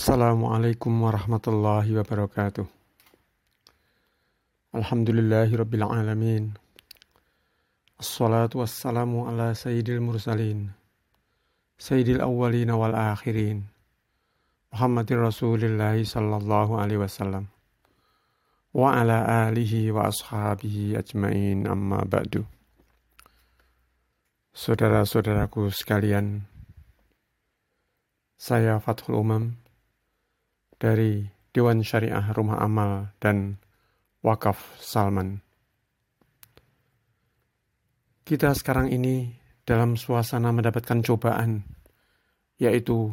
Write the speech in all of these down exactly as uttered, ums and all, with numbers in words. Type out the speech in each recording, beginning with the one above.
Assalamualaikum warahmatullahi wabarakatuh. Alhamdulillahirabbil alamin. Assalatu wassalamu ala sayyidil mursalin. Sayyidil awwalin wal akhirin. Muhammadir Rasulillahi sallallahu alaihi wasallam. Wa ala alihi wa ashabihi ajmain, amma ba'du. Saudara-saudaraku sekalian, saya Fathul Umam dari Dewan Syariah Rumah Amal dan Wakaf Salman. Kita sekarang ini dalam suasana mendapatkan cobaan, yaitu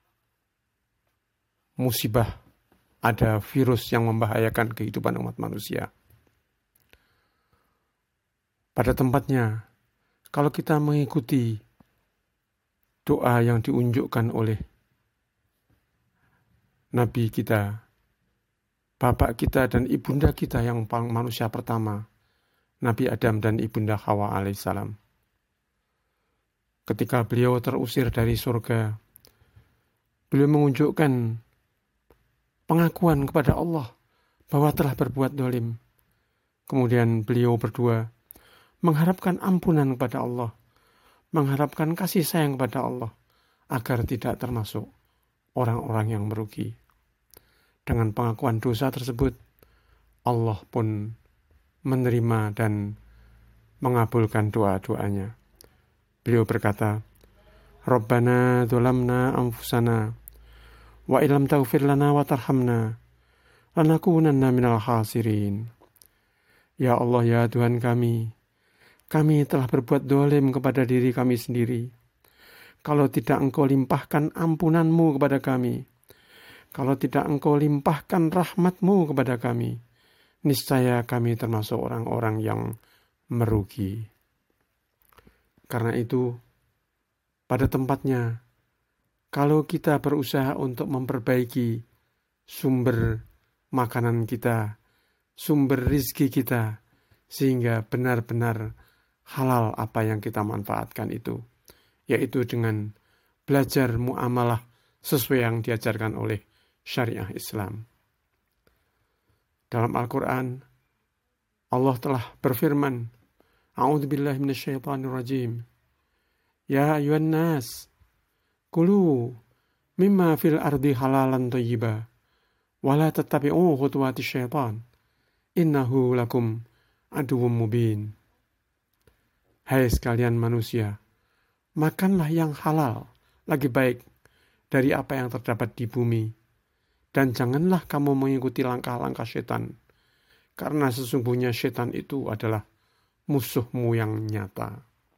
musibah, ada virus yang membahayakan kehidupan umat manusia. Pada tempatnya, kalau kita mengikuti doa yang diunjukkan oleh Nabi kita, bapak kita dan ibunda kita yang paling manusia pertama, Nabi Adam dan ibunda Hawa alaihissalam. Ketika beliau terusir dari surga, beliau menunjukkan pengakuan kepada Allah bahwa telah berbuat dolim. Kemudian beliau berdua mengharapkan ampunan kepada Allah, mengharapkan kasih sayang kepada Allah, agar tidak termasuk orang-orang yang merugi. Dengan pengakuan dosa tersebut, Allah pun menerima dan mengabulkan doa-doanya. Beliau berkata, Rabbana dzolamna anfusana wa illam taghfir lana wa tarhamna lanakunanna minal khasirin. Ya Allah, ya Tuhan kami, kami telah berbuat dolim kepada diri kami sendiri. Kalau tidak Engkau limpahkan ampunan-Mu kepada kami, kalau tidak Engkau limpahkan rahmat-Mu kepada kami, niscaya kami termasuk orang-orang yang merugi. Karena itu, pada tempatnya, kalau kita berusaha untuk memperbaiki sumber makanan kita, sumber rizki kita, sehingga benar-benar halal apa yang kita manfaatkan itu, yaitu dengan belajar muamalah sesuai yang diajarkan oleh syariah Islam. Dalam Al-Quran, Allah telah berfirman, A'udzubillahi minasyaitonirrajim. Ya ayuhan nas, kulu mimma fil ardi halalan thayyiba, wala tattabi'u khutuwatis syaitan, innahu lakum aduwwum mubin. Hai sekalian manusia, makanlah yang halal, lagi baik dari apa yang terdapat di bumi. Dan janganlah kamu mengikuti langkah-langkah setan, karena sesungguhnya setan itu adalah musuhmu yang nyata.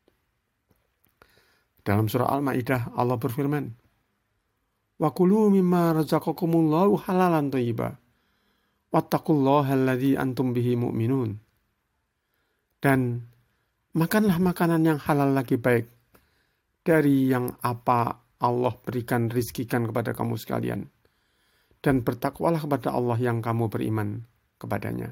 Dalam surah Al-Maidah, Allah berfirman, Wa kulu mimma razaqakumullahu halalan thayyiba, wattaqullaha alladzi antum bihi mu'minun. Dan makanlah makanan yang halal lagi baik dari yang apa Allah berikan, rizkikan kepada kamu sekalian. Dan bertakwalah kepada Allah yang kamu beriman kepadanya.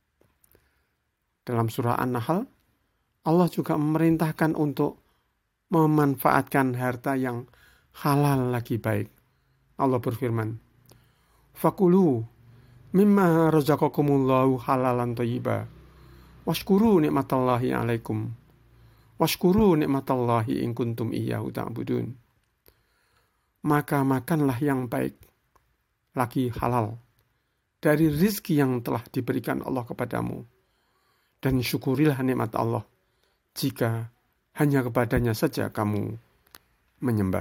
Dalam surah An-Nahl, Allah juga memerintahkan untuk memanfaatkan harta yang halal lagi baik. Allah berfirman, Fakulu mimma razaqakumullahu halalan thayyiba, washkuru ni'matallahi alaikum, washkuru ni'matallahi in kuntum iyyahu ta'budun. Maka makanlah yang baik, lagi halal, dari rizki yang telah diberikan Allah kepadamu. Dan syukurilah nikmat Allah, jika hanya kepadanya saja kamu menyembah.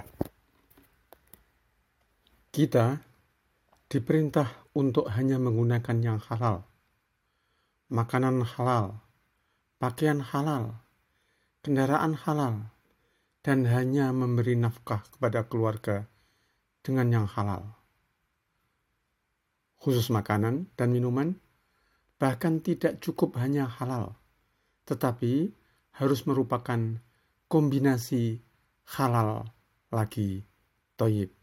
Kita diperintah untuk hanya menggunakan yang halal, makanan halal, pakaian halal, kendaraan halal, dan hanya memberi nafkah kepada keluarga dengan yang halal. Khusus makanan dan minuman, bahkan tidak cukup hanya halal, tetapi harus merupakan kombinasi halal lagi thayyib.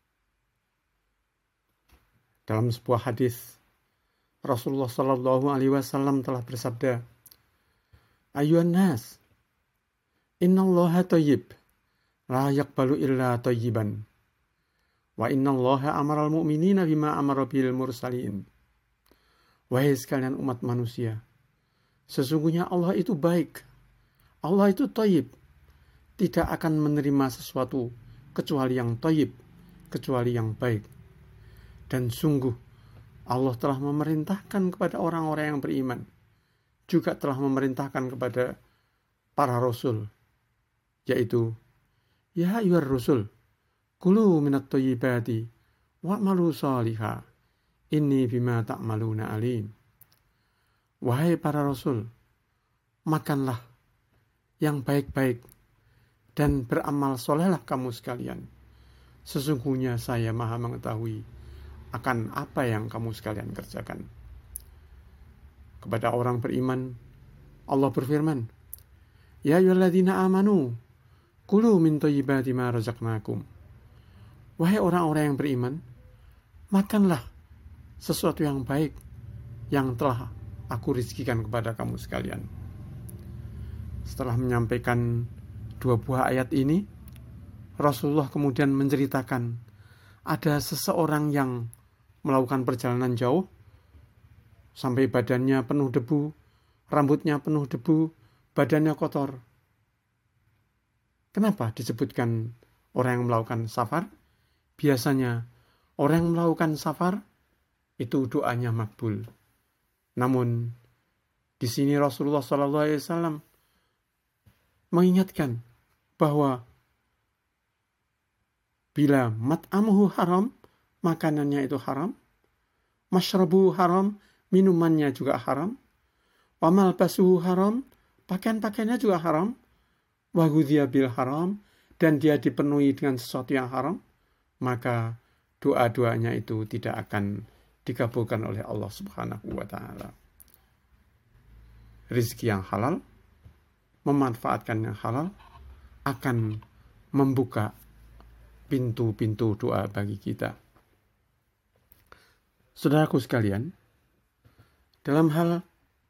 Dalam sebuah hadis, Rasulullah Shallallahu Alaihi Wasallam telah bersabda, Ayuhan nas, innallaha thayyib, la yaqbalu illa thayyiban, Wa innallaha amaral mu'minina bima amara bil mursalin. Wahai sekalian umat manusia, sesungguhnya Allah itu baik. Allah itu thayyib. Tidak akan menerima sesuatu kecuali yang thayyib, kecuali yang baik. Dan sungguh Allah telah memerintahkan kepada orang-orang yang beriman, juga telah memerintahkan kepada para rasul, yaitu ya ayyuhar rusul kulu minat thayyibati wa'malu shaliha inni bima ta'maluna alim. Wahai para rasul, makanlah yang baik-baik dan beramal solehlah kamu sekalian. Sesungguhnya saya maha mengetahui akan apa yang kamu sekalian kerjakan. Kepada orang beriman, Allah berfirman, ya ayyuhalladzina amanu kulu min thayyibati ma razaqnakum. Wahai orang-orang yang beriman, makanlah sesuatu yang baik yang telah aku rizkikan kepada kamu sekalian. Setelah menyampaikan dua buah ayat ini, Rasulullah kemudian menceritakan ada seseorang yang melakukan perjalanan jauh sampai badannya penuh debu, rambutnya penuh debu, badannya kotor. Kenapa disebutkan orang yang melakukan safar? Biasanya orang yang melakukan safar itu doanya makbul. Namun di sini Rasulullah shallallahu alaihi wasallam mengingatkan bahwa bila mat'amuhu haram, makanannya itu haram, masyrabuhu haram, minumannya juga haram, wa malbasuhu haram, pakaian-pakaiannya juga haram, wa ghudhiya bil haram, dan dia dipenuhi dengan sesuatu yang haram, maka doa-doanya itu tidak akan dikabulkan oleh Allah Subhanahu wa taala. Rizki yang halal, memanfaatkan yang halal akan membuka pintu-pintu doa bagi kita. Saudaraku sekalian, dalam hal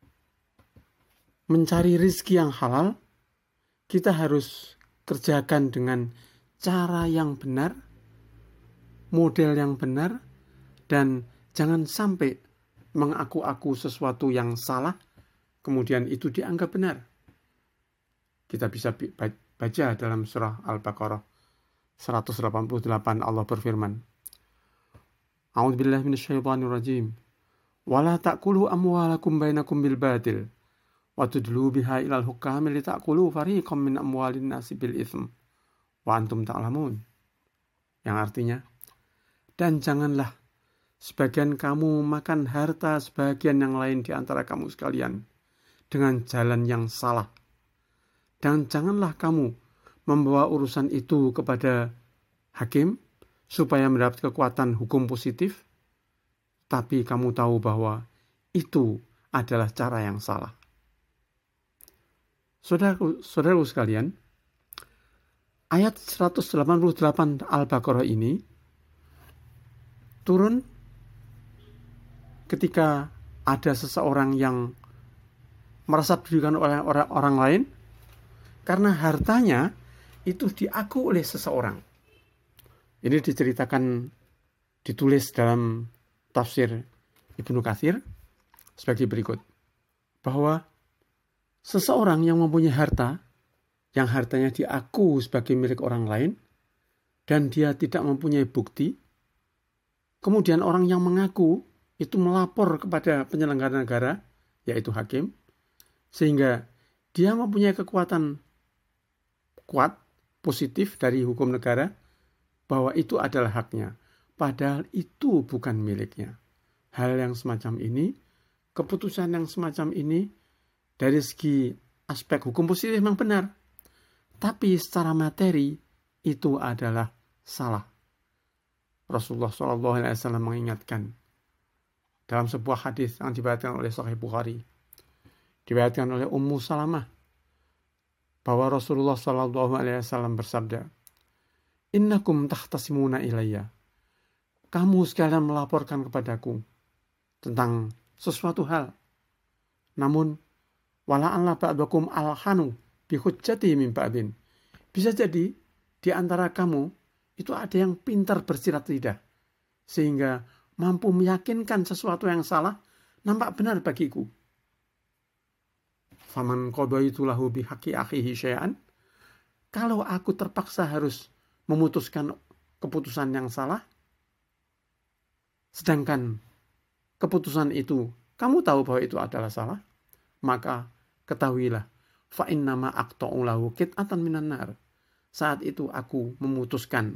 mencari rizki yang halal, kita harus kerjakan dengan cara yang benar, model yang benar, dan jangan sampai mengaku-aku sesuatu yang salah, kemudian itu dianggap benar. Kita bisa baca dalam surah Al-Baqarah seratus delapan puluh delapan, Allah berfirman, A'udzubillahi minasyaitonirrajim. Wala ta'kulu amwalakum bainakum bil batil wa tudlu biha ilal hukami li ta'kulu fariqam min amwalin nasi bil itsm wa antum ta'lamun. Yang artinya, dan janganlah sebagian kamu makan harta sebagian yang lain di antara kamu sekalian dengan jalan yang salah. Dan janganlah kamu membawa urusan itu kepada hakim supaya mendapat kekuatan hukum positif, tapi kamu tahu bahwa itu adalah cara yang salah. Saudaraku, saudaraku sekalian, ayat seratus delapan puluh delapan Al-Baqarah ini turun ketika ada seseorang yang merasa dirugikan oleh orang, orang lain karena hartanya itu diaku oleh seseorang. Ini diceritakan, ditulis dalam tafsir Ibnu Katsir sebagai berikut, bahwa seseorang yang mempunyai harta, yang hartanya diaku sebagai milik orang lain, dan dia tidak mempunyai bukti, kemudian orang yang mengaku itu melapor kepada penyelenggara negara, yaitu hakim, sehingga dia mempunyai kekuatan kuat, positif dari hukum negara, bahwa itu adalah haknya, padahal itu bukan miliknya. Hal yang semacam ini, keputusan yang semacam ini, dari segi aspek hukum positif memang benar, tapi secara materi itu adalah salah. Rasulullah shallallahu alaihi wasallam mengingatkan dalam sebuah hadis yang diriwayatkan oleh Sahih Bukhari, diriwayatkan oleh Ummu Salamah, bahwa Rasulullah shallallahu alaihi wasallam bersabda, Innakum tahtasimuna ilayya. Kamu sekalian melaporkan kepadaku tentang sesuatu hal. Namun, wala'alla ba'dakum alhanu bihujjati min ba'din. Bisa jadi di antara kamu itu ada yang pintar bersirat lidah, sehingga mampu meyakinkan sesuatu yang salah nampak benar bagiku. Faman qadaitu lahu bihaqqi akhihi syai'an, kalau aku terpaksa harus memutuskan keputusan yang salah, sedangkan keputusan itu kamu tahu bahwa itu adalah salah, maka ketahuilah fa innama aqta'u lahu qit'atan minan nar. Saat itu aku memutuskan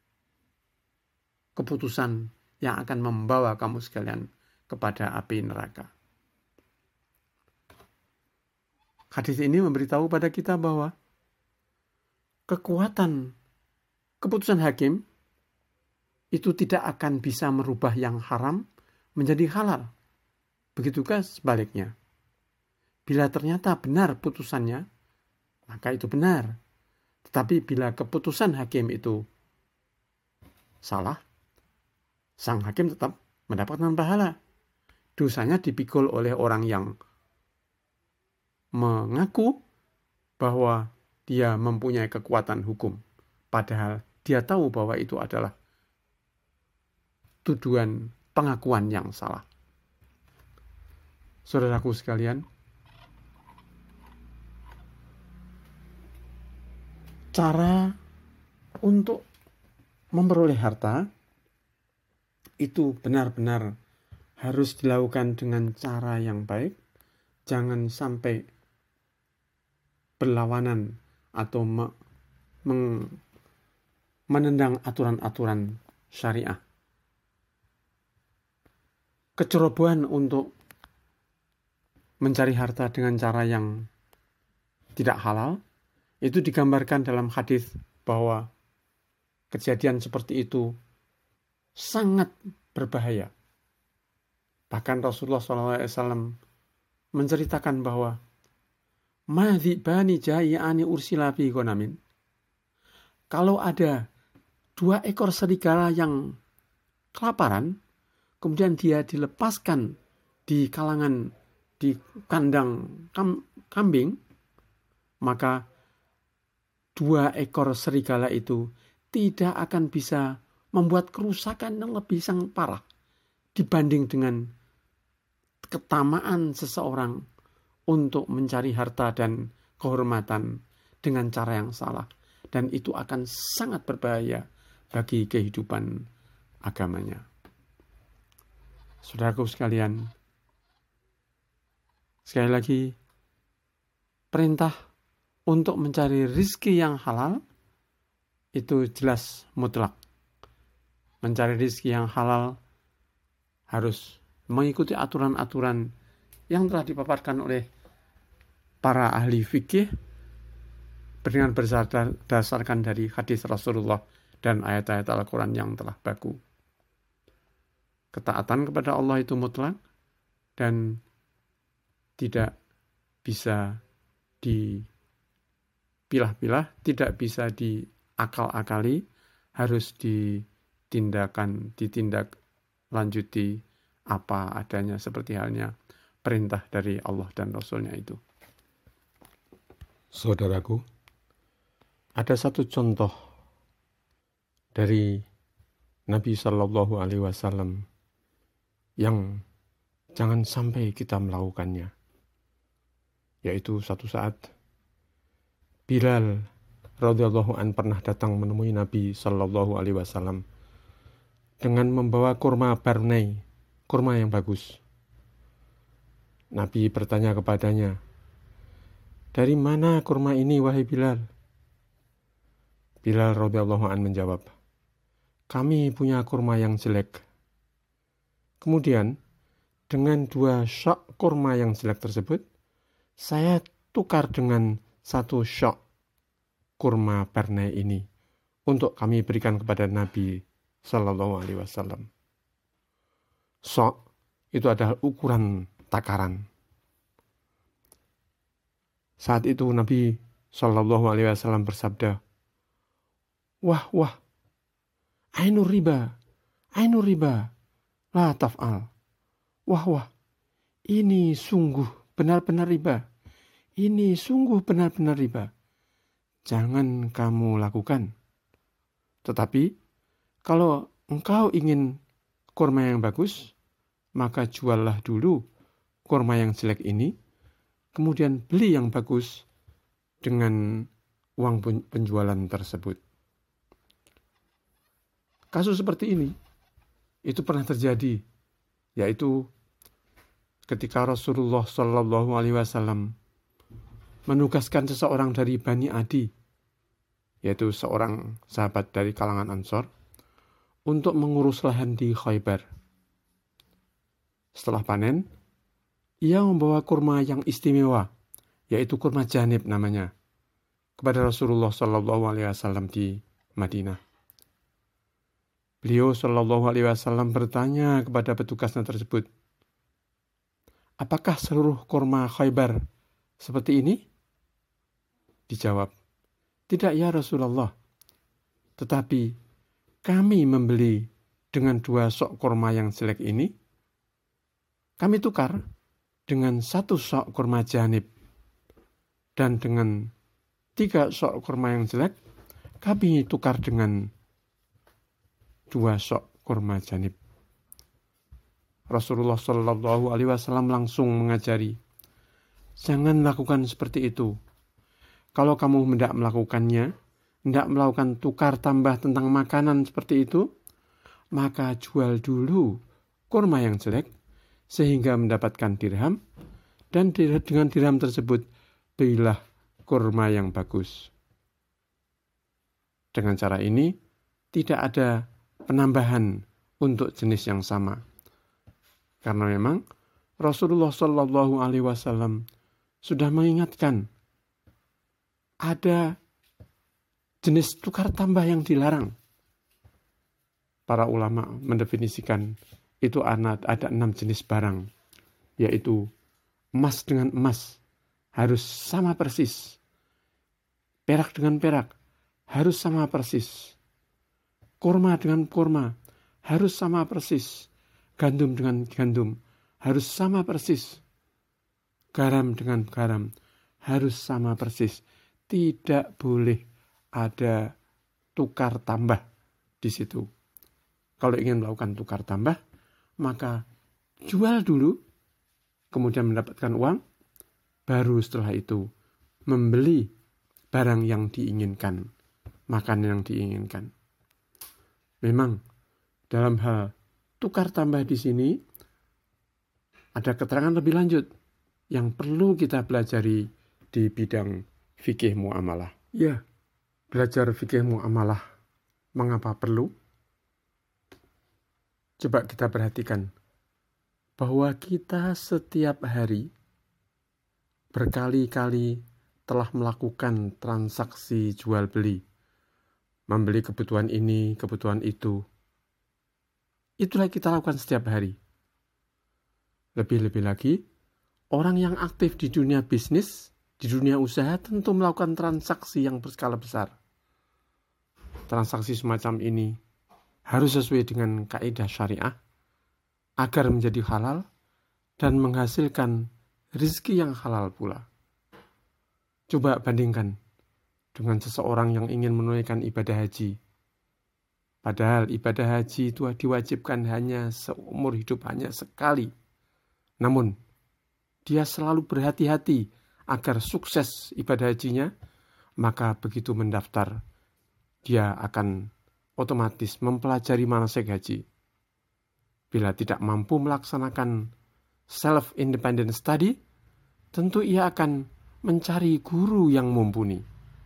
keputusan yang akan membawa kamu sekalian kepada api neraka. Hadis ini memberitahu pada kita bahwa kekuatan keputusan hakim itu tidak akan bisa merubah yang haram menjadi halal. Begitukah sebaliknya. Bila ternyata benar putusannya, maka itu benar. Tetapi bila keputusan hakim itu salah, sang hakim tetap mendapatkan pahala. Dosanya dipikul oleh orang yang mengaku bahwa dia mempunyai kekuatan hukum, padahal dia tahu bahwa itu adalah tuduhan pengakuan yang salah. Saudaraku sekalian, cara untuk memperoleh harta itu benar-benar harus dilakukan dengan cara yang baik. Jangan sampai berlawanan atau me- meng- menendang aturan-aturan syariah. Kecerobohan untuk mencari harta dengan cara yang tidak halal itu digambarkan dalam hadis bahwa kejadian seperti itu sangat berbahaya. Bahkan Rasulullah shallallahu alaihi wasallam menceritakan bahwa madhibani jai'ani ursila fi ghanamin. Kalau ada dua ekor serigala yang kelaparan, kemudian dia dilepaskan di kalangan di kandang kam, kambing, maka dua ekor serigala itu tidak akan bisa membuat kerusakan yang lebih sangat parah dibanding dengan ketamaan seseorang untuk mencari harta dan kehormatan dengan cara yang salah. Dan itu akan sangat berbahaya bagi kehidupan agamanya. Saudaraku sekalian, sekali lagi, perintah untuk mencari rizki yang halal itu jelas mutlak. Mencari rizki yang halal harus mengikuti aturan-aturan yang telah dipaparkan oleh para ahli fikih dengan berdasarkan dari hadis Rasulullah dan ayat-ayat Al-Quran yang telah baku. Ketaatan kepada Allah itu mutlak dan tidak bisa dipilah-pilah, tidak bisa diakal-akali, harus ditindakan, ditindak lanjuti apa adanya seperti halnya perintah dari Allah dan Rasulnya itu. Saudaraku, ada satu contoh dari Nabi Shallallahu Alaihi Wasallam yang jangan sampai kita melakukannya, yaitu satu saat Bilal radhiyallahu an pernah datang menemui Nabi Shallallahu Alaihi Wasallam dengan membawa kurma barnai, kurma yang bagus. Nabi bertanya kepadanya, "Dari mana kurma ini, wahai Bilal?" Bilal radhiyallahu an menjawab, "Kami punya kurma yang jelek." Kemudian, dengan dua syok kurma yang jelek tersebut, saya tukar dengan satu syok kurma barnai ini untuk kami berikan kepada Nabi Sallallahu Alaihi Wasallam. Syok itu adalah ukuran takaran. Saat itu Nabi Sallallahu Alaihi Wasallam bersabda, "Wah, wah, ainur riba, ainur riba, la taf'al. Wah, wah, ini sungguh benar-benar riba. Ini sungguh benar-benar riba. Jangan kamu lakukan." Tetapi kalau engkau ingin kurma yang bagus, maka juallah dulu kurma yang jelek ini, kemudian beli yang bagus dengan uang penjualan tersebut. Kasus seperti ini itu pernah terjadi, yaitu ketika Rasulullah Shallallahu Alaihi Wasallam menugaskan seseorang dari Bani Adi, yaitu seorang sahabat dari kalangan Ansor, untuk mengurus lahan di Khaybar. Setelah panen, ia membawa kurma yang istimewa, yaitu kurma janib namanya, kepada Rasulullah Shallallahu Alaihi Wasallam di Madinah. Beliau Shallallahu Alaihi Wasallam bertanya kepada petugasnya tersebut, apakah seluruh kurma Khaybar seperti ini? Dijawab, tidak ya Rasulullah, tetapi kami membeli dengan dua sok kurma yang jelek ini, kami tukar dengan satu sok kurma janib, dan dengan tiga sok kurma yang jelek, kami tukar dengan dua sok kurma janib. Rasulullah Shallallahu Alaihi Wasallam langsung mengajari, jangan lakukan seperti itu. Kalau kamu hendak melakukannya, hendak melakukan tukar tambah tentang makanan seperti itu, maka jual dulu kurma yang jelek sehingga mendapatkan dirham, dan dengan dirham tersebut belilah kurma yang bagus. Dengan cara ini tidak ada penambahan untuk jenis yang sama. Karena memang Rasulullah Shallallahu Alaihi Wasallam sudah mengingatkan ada jenis tukar tambah yang dilarang. Para ulama mendefinisikan itu ada enam jenis barang, yaitu emas dengan emas harus sama persis, perak dengan perak harus sama persis, kurma dengan kurma harus sama persis, gandum dengan gandum harus sama persis, garam dengan garam harus sama persis. Tidak boleh ada tukar tambah di situ. Kalau ingin melakukan tukar tambah, maka jual dulu, kemudian mendapatkan uang, baru setelah itu membeli barang yang diinginkan, makanan yang diinginkan. Memang dalam hal tukar tambah di sini ada keterangan lebih lanjut yang perlu kita pelajari di bidang fikih muamalah. Ya, belajar fikih muamalah mengapa perlu? Coba kita perhatikan bahwa kita setiap hari berkali-kali telah melakukan transaksi jual beli, membeli kebutuhan ini, kebutuhan itu. Itulah kita lakukan setiap hari. Lebih-lebih lagi, orang yang aktif di dunia bisnis, di dunia usaha tentu melakukan transaksi yang berskala besar. Transaksi semacam ini harus sesuai dengan kaidah syariah agar menjadi halal dan menghasilkan rezeki yang halal pula. Coba bandingkan dengan seseorang yang ingin menunaikan ibadah haji. Padahal ibadah haji itu diwajibkan hanya seumur hidup, hanya sekali. Namun, dia selalu berhati-hati agar sukses ibadah hajinya, maka begitu mendaftar, dia akan otomatis mempelajari manasik haji. Bila tidak mampu melaksanakan self-independent study, tentu ia akan mencari guru yang mumpuni.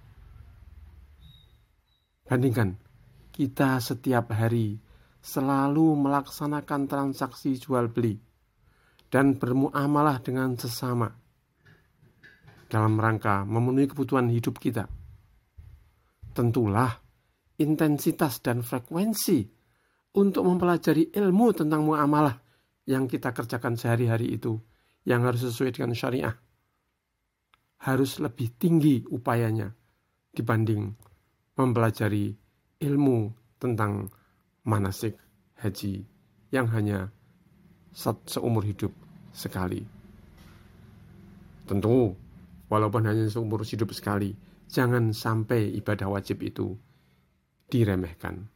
Bandingkan, kita setiap hari selalu melaksanakan transaksi jual beli dan bermuamalah dengan sesama dalam rangka memenuhi kebutuhan hidup kita. Tentulah intensitas dan frekuensi untuk mempelajari ilmu tentang muamalah yang kita kerjakan sehari-hari itu, yang harus sesuai dengan syariah, harus lebih tinggi upayanya dibanding mempelajari ilmu tentang manasik haji yang hanya seumur hidup sekali. Tentu, walaupun hanya seumur hidup sekali, jangan sampai ibadah wajib itu diremehkan.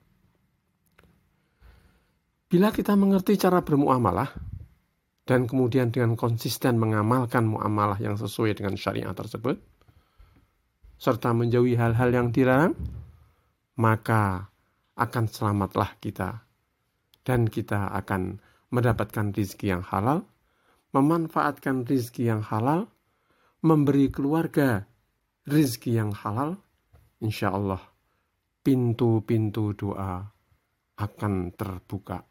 Bila kita mengerti cara bermuamalah dan kemudian dengan konsisten mengamalkan muamalah yang sesuai dengan syariat tersebut, serta menjauhi hal-hal yang dilarang, maka akan selamatlah kita. Dan kita akan mendapatkan rizki yang halal, memanfaatkan rizki yang halal, memberi keluarga rizki yang halal. Insya Allah pintu-pintu doa akan terbuka.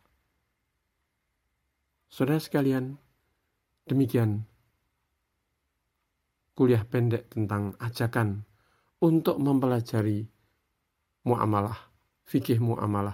Saudara sekalian, demikian kuliah pendek tentang ajakan untuk mempelajari muamalah, fikih muamalah.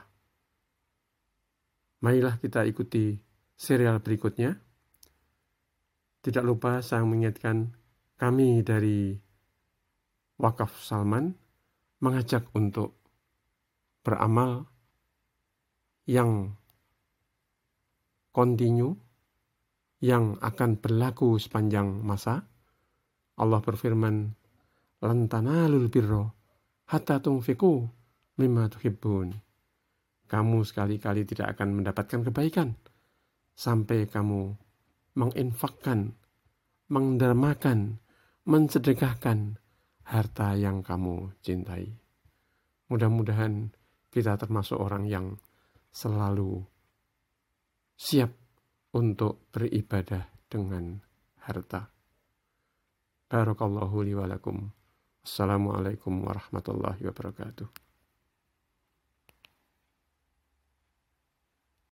Marilah kita ikuti serial berikutnya. Tidak lupa saya mengingatkan, kami dari Wakaf Salman mengajak untuk beramal yang kontinu, yang akan berlaku sepanjang masa. Allah berfirman, lan tanalul birra hatta tunfiqu mimma tuhibbun. Kamu sekali-kali tidak akan mendapatkan kebaikan sampai kamu menginfakkan, mendermakan, mensedekahkan harta yang kamu cintai. Mudah-mudahan kita termasuk orang yang selalu siap untuk beribadah dengan harta. Barakallahu li wa lakum. Assalamualaikum warahmatullahi wabarakatuh.